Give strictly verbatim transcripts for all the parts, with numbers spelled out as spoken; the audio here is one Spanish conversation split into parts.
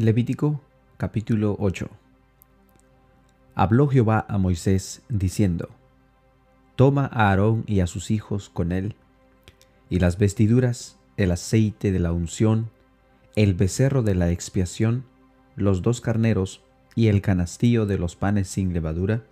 Levítico capítulo ocho. Habló Jehová a Moisés diciendo: Toma a Aarón y a sus hijos con él, y las vestiduras, el aceite de la unción, el becerro de la expiación, los dos carneros y el canastillo de los panes sin levadura,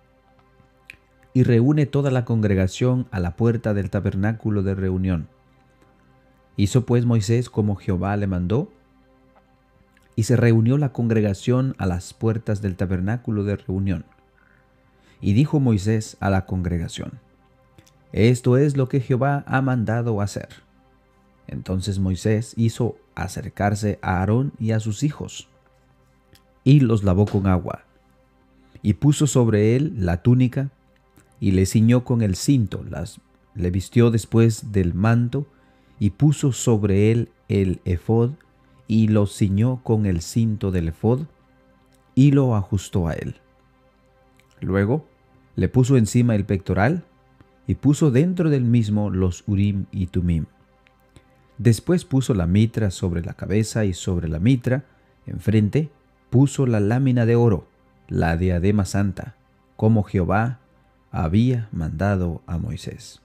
y reúne toda la congregación a la puerta del tabernáculo de reunión. Hizo pues Moisés como Jehová le mandó, y se reunió la congregación a las puertas del tabernáculo de reunión. Y dijo Moisés a la congregación: Esto es lo que Jehová ha mandado hacer. Entonces Moisés hizo acercarse a Aarón y a sus hijos, y los lavó con agua, y puso sobre él la túnica, y le ciñó con el cinto, las, le vistió después del manto, y puso sobre él el ephod, y lo ciñó con el cinto del ephod, y lo ajustó a él. Luego le puso encima el pectoral, y puso dentro del mismo los urim y tumim. Después puso la mitra sobre la cabeza, y sobre la mitra, enfrente, puso la lámina de oro, la diadema santa, como Jehová había mandado a Moisés.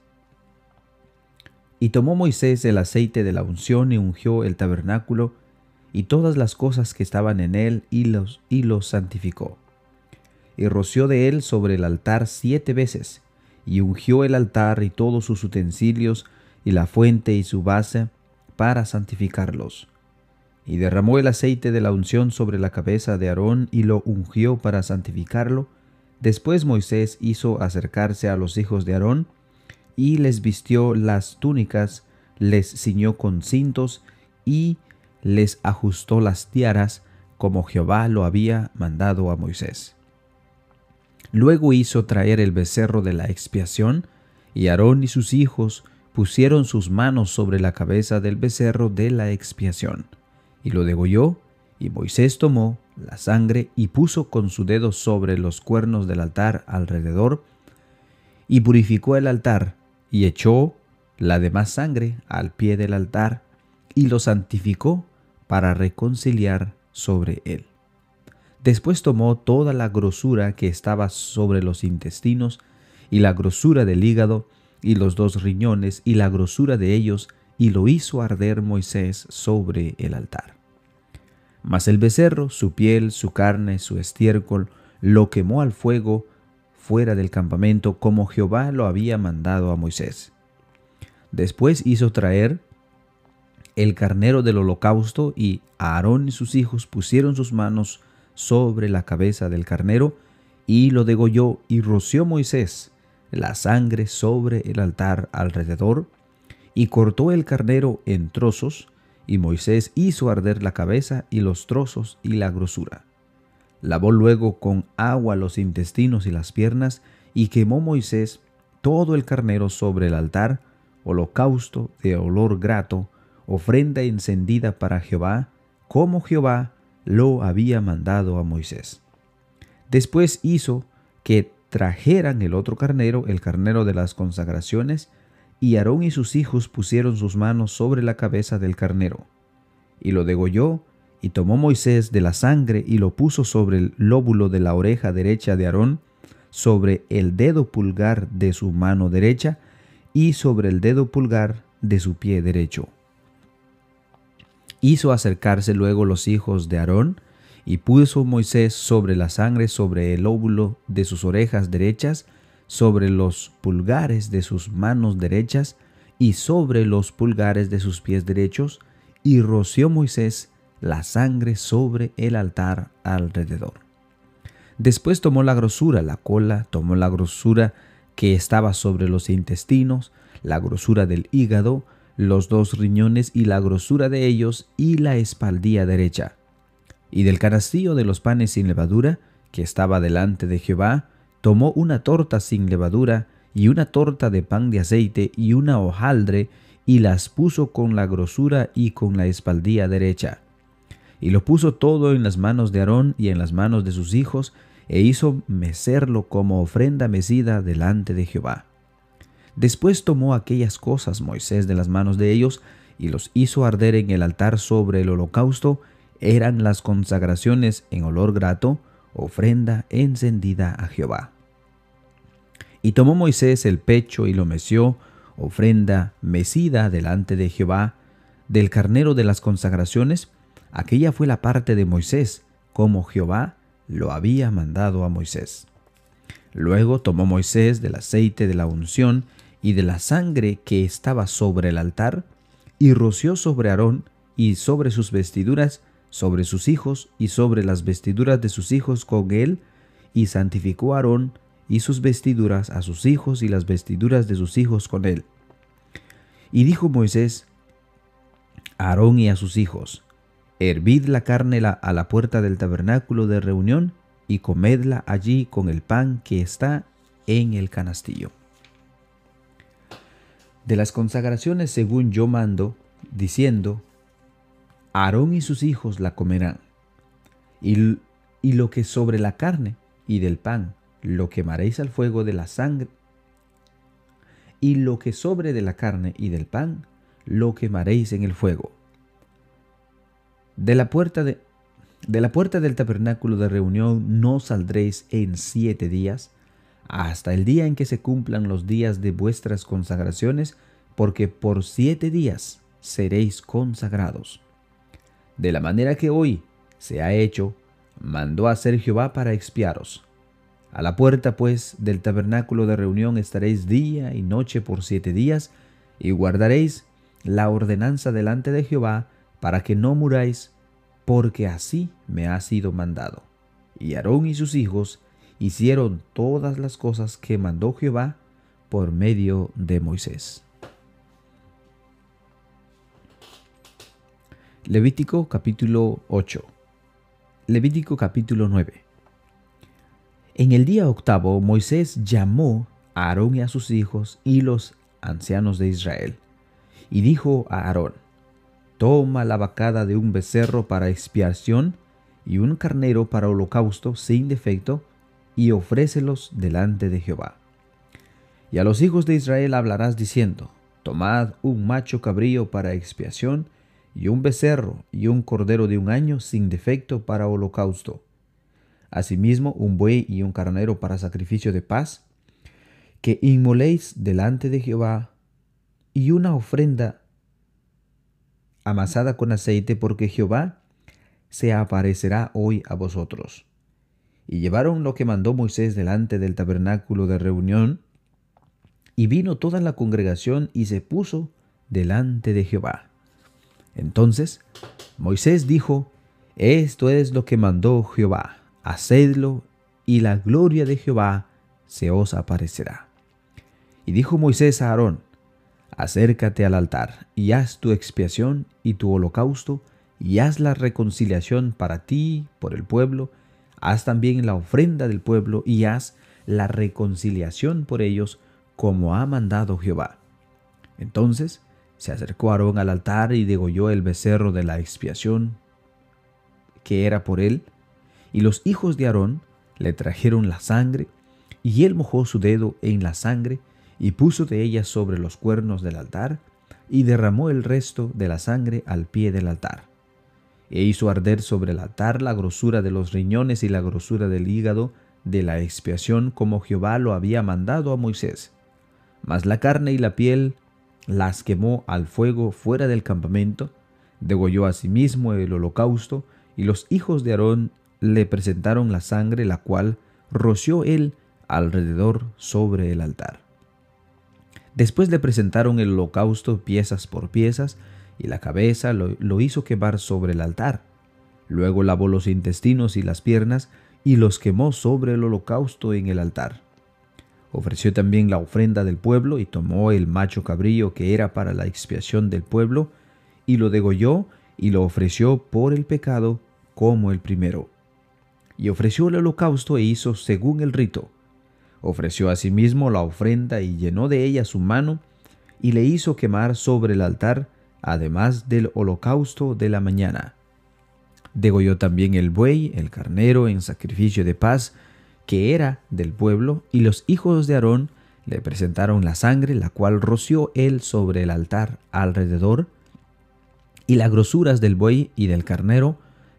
Y tomó Moisés el aceite de la unción y ungió el tabernáculo y todas las cosas que estaban en él, y los, y los santificó. Y roció de él sobre el altar siete veces, y ungió el altar y todos sus utensilios, y la fuente y su base, para santificarlos. Y derramó el aceite de la unción sobre la cabeza de Aarón, y lo ungió para santificarlo. Después Moisés hizo acercarse a los hijos de Aarón, y les vistió las túnicas, les ciñó con cintos, y les ajustó las tiaras, como Jehová lo había mandado a Moisés. Luego hizo traer el becerro de la expiación, y Aarón y sus hijos pusieron sus manos sobre la cabeza del becerro de la expiación, y lo degolló, y Moisés tomó la sangre y puso con su dedo sobre los cuernos del altar alrededor, y purificó el altar, y echó la demás sangre al pie del altar, y lo santificó para reconciliar sobre él. Después tomó toda la grosura que estaba sobre los intestinos, y la grosura del hígado, y los dos riñones, y la grosura de ellos, y lo hizo arder Moisés sobre el altar. Mas el becerro, su piel, su carne, su estiércol, lo quemó al fuego fuera del campamento, como Jehová lo había mandado a Moisés. Después hizo traer el carnero del holocausto, y Aarón y sus hijos pusieron sus manos sobre la cabeza del carnero, y lo degolló, y roció Moisés la sangre sobre el altar alrededor, y cortó el carnero en trozos, y Moisés hizo arder la cabeza y los trozos y la grosura. Lavó luego con agua los intestinos y las piernas, y quemó Moisés todo el carnero sobre el altar, holocausto de olor grato, ofrenda encendida para Jehová, como Jehová lo había mandado a Moisés. Después hizo que trajeran el otro carnero, el carnero de las consagraciones, y Aarón y sus hijos pusieron sus manos sobre la cabeza del carnero, y lo degolló, y tomó Moisés de la sangre y lo puso sobre el lóbulo de la oreja derecha de Aarón, sobre el dedo pulgar de su mano derecha, y sobre el dedo pulgar de su pie derecho. Hizo acercarse luego los hijos de Aarón, y puso Moisés sobre la sangre sobre el lóbulo de sus orejas derechas, sobre los pulgares de sus manos derechas, y sobre los pulgares de sus pies derechos, y roció Moisés la sangre sobre el altar alrededor. Después tomó la grosura, la cola, tomó la grosura que estaba sobre los intestinos, la grosura del hígado, los dos riñones y la grosura de ellos, y la espaldilla derecha. Y del canastillo de los panes sin levadura, que estaba delante de Jehová, tomó una torta sin levadura, y una torta de pan de aceite, y una hojaldre, y las puso con la grosura y con la espaldilla derecha. Y lo puso todo en las manos de Aarón y en las manos de sus hijos, e hizo mecerlo como ofrenda mecida delante de Jehová. Después tomó aquellas cosas Moisés de las manos de ellos, y los hizo arder en el altar sobre el holocausto, eran las consagraciones en olor grato, ofrenda encendida a Jehová. Y tomó Moisés el pecho y lo meció, ofrenda mecida delante de Jehová, del carnero de las consagraciones. Aquella fue la parte de Moisés, como Jehová lo había mandado a Moisés. Luego tomó Moisés del aceite de la unción y de la sangre que estaba sobre el altar, y roció sobre Aarón y sobre sus vestiduras, sobre sus hijos y sobre las vestiduras de sus hijos con él, y santificó a Aarón y sus vestiduras a sus hijos y las vestiduras de sus hijos con él. Y dijo Moisés a Aarón y a sus hijos: hervid la carne a la puerta del tabernáculo de reunión y comedla allí con el pan que está en el canastillo. De las consagraciones según yo mando, diciendo: Aarón y sus hijos la comerán, y, y lo que sobre la carne y del pan lo quemaréis al fuego de la sangre, y lo que sobre de la carne y del pan lo quemaréis en el fuego. De la puerta de, de la puerta del tabernáculo de reunión no saldréis en siete días, hasta el día en que se cumplan los días de vuestras consagraciones, porque por siete días seréis consagrados. De la manera que hoy se ha hecho, mandó hacer Jehová para expiaros. A la puerta, pues, del tabernáculo de reunión estaréis día y noche por siete días, y guardaréis la ordenanza delante de Jehová, para que no muráis, porque así me ha sido mandado. Y Aarón y sus hijos hicieron todas las cosas que mandó Jehová por medio de Moisés. Levítico capítulo ocho. Levítico capítulo nueve. En el día octavo Moisés llamó a Aarón y a sus hijos y los ancianos de Israel, y dijo a Aarón: toma la vacada de un becerro para expiación y un carnero para holocausto sin defecto, y ofrécelos delante de Jehová. Y a los hijos de Israel hablarás diciendo: tomad un macho cabrío para expiación, y un becerro y un cordero de un año sin defecto para holocausto. Asimismo un buey y un carnero para sacrificio de paz, que inmoléis delante de Jehová, y una ofrenda amasada con aceite, porque Jehová se aparecerá hoy a vosotros. Y llevaron lo que mandó Moisés delante del tabernáculo de reunión, y vino toda la congregación y se puso delante de Jehová. Entonces Moisés dijo: esto es lo que mandó Jehová, hacedlo, y la gloria de Jehová se os aparecerá. Y dijo Moisés a Aarón: acércate al altar, y haz tu expiación y tu holocausto, y haz la reconciliación para ti, por el pueblo, haz también la ofrenda del pueblo, y haz la reconciliación por ellos, como ha mandado Jehová. Entonces se acercó Aarón al altar y degolló el becerro de la expiación que era por él, y los hijos de Aarón le trajeron la sangre, y él mojó su dedo en la sangre, y puso de ella sobre los cuernos del altar, y derramó el resto de la sangre al pie del altar. E hizo arder sobre el altar la grosura de los riñones y la grosura del hígado de la expiación, como Jehová lo había mandado a Moisés. Mas la carne y la piel las quemó al fuego fuera del campamento, degolló asimismo el holocausto, y los hijos de Aarón le presentaron la sangre, la cual roció él alrededor sobre el altar. Después le presentaron el holocausto piezas por piezas, y la cabeza lo, lo hizo quemar sobre el altar. Luego lavó los intestinos y las piernas, y los quemó sobre el holocausto en el altar. Ofreció también la ofrenda del pueblo, y tomó el macho cabrío que era para la expiación del pueblo, y lo degolló, y lo ofreció por el pecado como el primero. Y ofreció el holocausto e hizo según el rito. Ofreció asimismo la ofrenda y llenó de ella su mano, y le hizo quemar sobre el altar, además del holocausto de la mañana. Degolló también el buey, el carnero en sacrificio de paz, que era del pueblo, y los hijos de Aarón le presentaron la sangre, la cual roció él sobre el altar alrededor, y las grosuras del buey y del carnero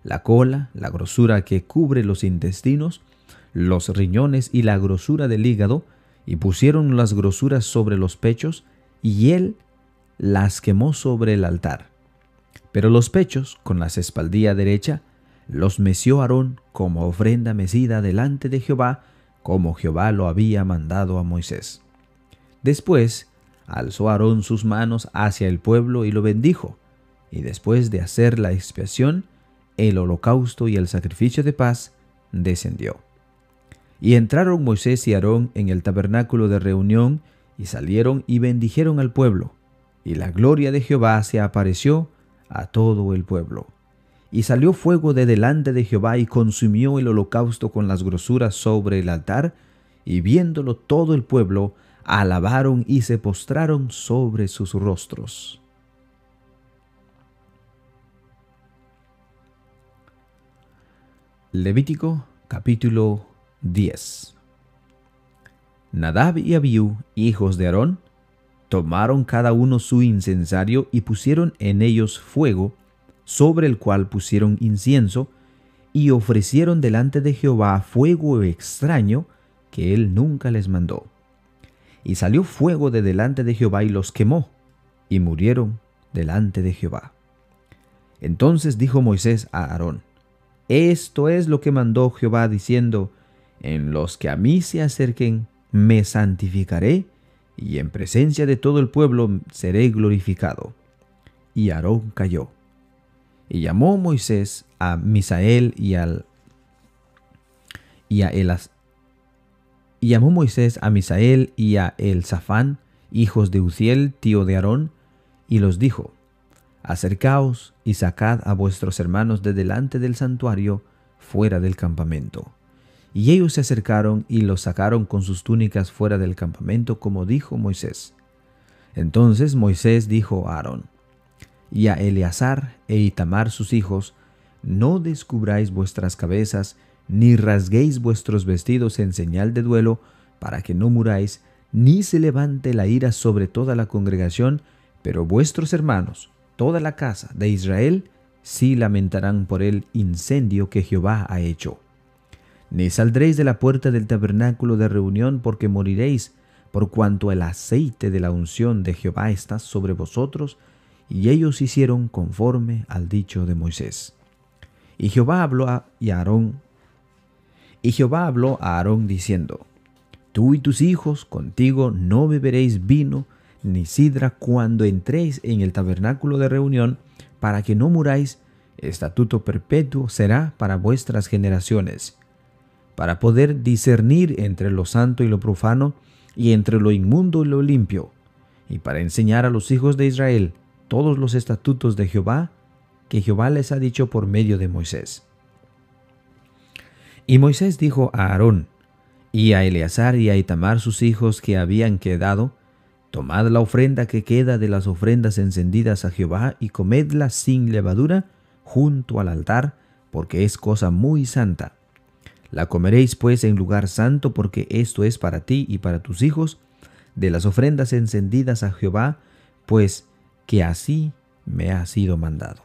la cola, la grosura que cubre los intestinos, los riñones y la grosura del hígado, y pusieron las grosuras sobre los pechos, y él las quemó sobre el altar. Pero los pechos, con la espaldilla derecha, los meció Aarón como ofrenda mecida delante de Jehová, como Jehová lo había mandado a Moisés. Después alzó Aarón sus manos hacia el pueblo y lo bendijo, y después de hacer la expiación, el holocausto y el sacrificio de paz, descendió. Y entraron Moisés y Aarón en el tabernáculo de reunión, y salieron y bendijeron al pueblo, y la gloria de Jehová se apareció a todo el pueblo. Y salió fuego de delante de Jehová y consumió el holocausto con las grosuras sobre el altar, y viéndolo todo el pueblo, alabaron y se postraron sobre sus rostros. Levítico capítulo diez. Nadab y Abiú, hijos de Aarón, tomaron cada uno su incensario y pusieron en ellos fuego, sobre el cual pusieron incienso, y ofrecieron delante de Jehová fuego extraño que él nunca les mandó. Y salió fuego de delante de Jehová y los quemó, y murieron delante de Jehová. Entonces dijo Moisés a Aarón: Esto es lo que mandó Jehová, diciendo: En los que a mí se acerquen, me santificaré, y en presencia de todo el pueblo seré glorificado. Y Aarón cayó. Y llamó Moisés a Misael y al y a Elas, y llamó Moisés a Misael y a Elzafán, hijos de Uziel, tío de Aarón, y los dijo: Acercaos y sacad a vuestros hermanos de delante del santuario, fuera del campamento. Y ellos se acercaron y los sacaron con sus túnicas fuera del campamento, como dijo Moisés. Entonces Moisés dijo a Aarón y a Eleazar e Itamar sus hijos: No descubráis vuestras cabezas, ni rasguéis vuestros vestidos en señal de duelo, para que no muráis, ni se levante la ira sobre toda la congregación, pero vuestros hermanos, toda la casa de Israel, sí lamentarán por el incendio que Jehová ha hecho. Ni saldréis de la puerta del tabernáculo de reunión, porque moriréis, por cuanto el aceite de la unción de Jehová está sobre vosotros. Y ellos hicieron conforme al dicho de Moisés. Y Jehová habló a Aarón, y Jehová habló a Aarón diciendo: Tú y tus hijos contigo no beberéis vino ni sidra cuando entréis en el tabernáculo de reunión, para que no muráis. Estatuto perpetuo será para vuestras generaciones, para poder discernir entre lo santo y lo profano, y entre lo inmundo y lo limpio, y para enseñar a los hijos de Israel todos los estatutos de Jehová, que Jehová les ha dicho por medio de Moisés. Y Moisés dijo a Aarón y a Eleazar y a Itamar sus hijos que habían quedado: Tomad la ofrenda que queda de las ofrendas encendidas a Jehová y comedla sin levadura junto al altar, porque es cosa muy santa. La comeréis pues en lugar santo, porque esto es para ti y para tus hijos, de las ofrendas encendidas a Jehová, pues que así me ha sido mandado.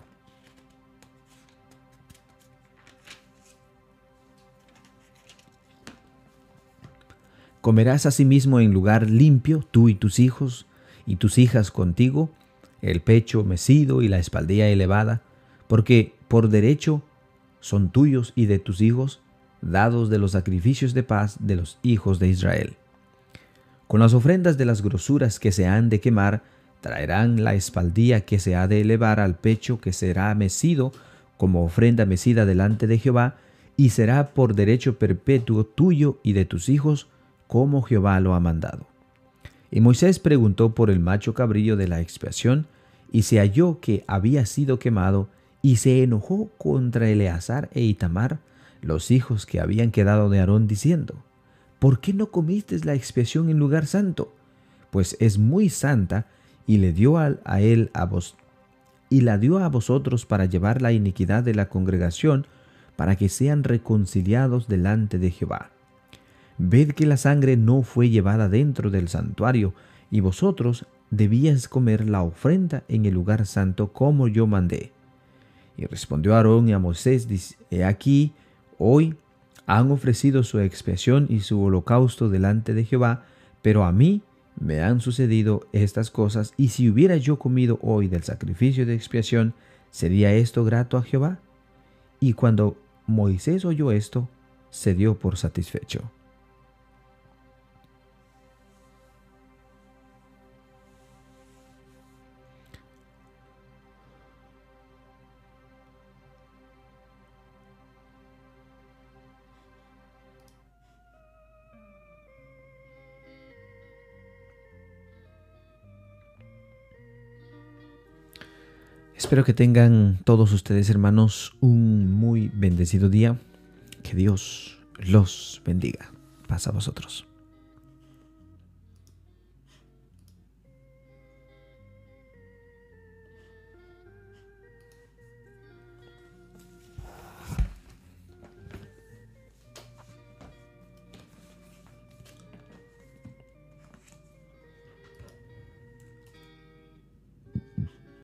Comerás asimismo en lugar limpio, tú y tus hijos y tus hijas contigo, el pecho mecido y la espaldilla elevada, porque por derecho son tuyos y de tus hijos, dados de los sacrificios de paz de los hijos de Israel. Con las ofrendas de las grosuras que se han de quemar, traerán la espaldilla que se ha de elevar al pecho, que será mecido como ofrenda mecida delante de Jehová, y será por derecho perpetuo tuyo y de tus hijos, como Jehová lo ha mandado. Y Moisés preguntó por el macho cabrillo de la expiación, y se halló que había sido quemado, y se enojó contra Eleazar e Itamar, los hijos que habían quedado de Aarón, diciendo: ¿Por qué no comisteis la expiación en lugar santo? Pues es muy santa, y le dio a, a él a vos, y la dio a vosotros para llevar la iniquidad de la congregación, para que sean reconciliados delante de Jehová. Ved que la sangre no fue llevada dentro del santuario, y vosotros debíais comer la ofrenda en el lugar santo, como yo mandé. Y respondió Aarón y a Moisés, dice, he aquí, hoy han ofrecido su expiación y su holocausto delante de Jehová, pero a mí me han sucedido estas cosas, y si hubiera yo comido hoy del sacrificio de expiación, ¿sería esto grato a Jehová? Y cuando Moisés oyó esto, se dio por satisfecho. Espero que tengan todos ustedes, hermanos, un muy bendecido día. Que Dios los bendiga. Paz a vosotros.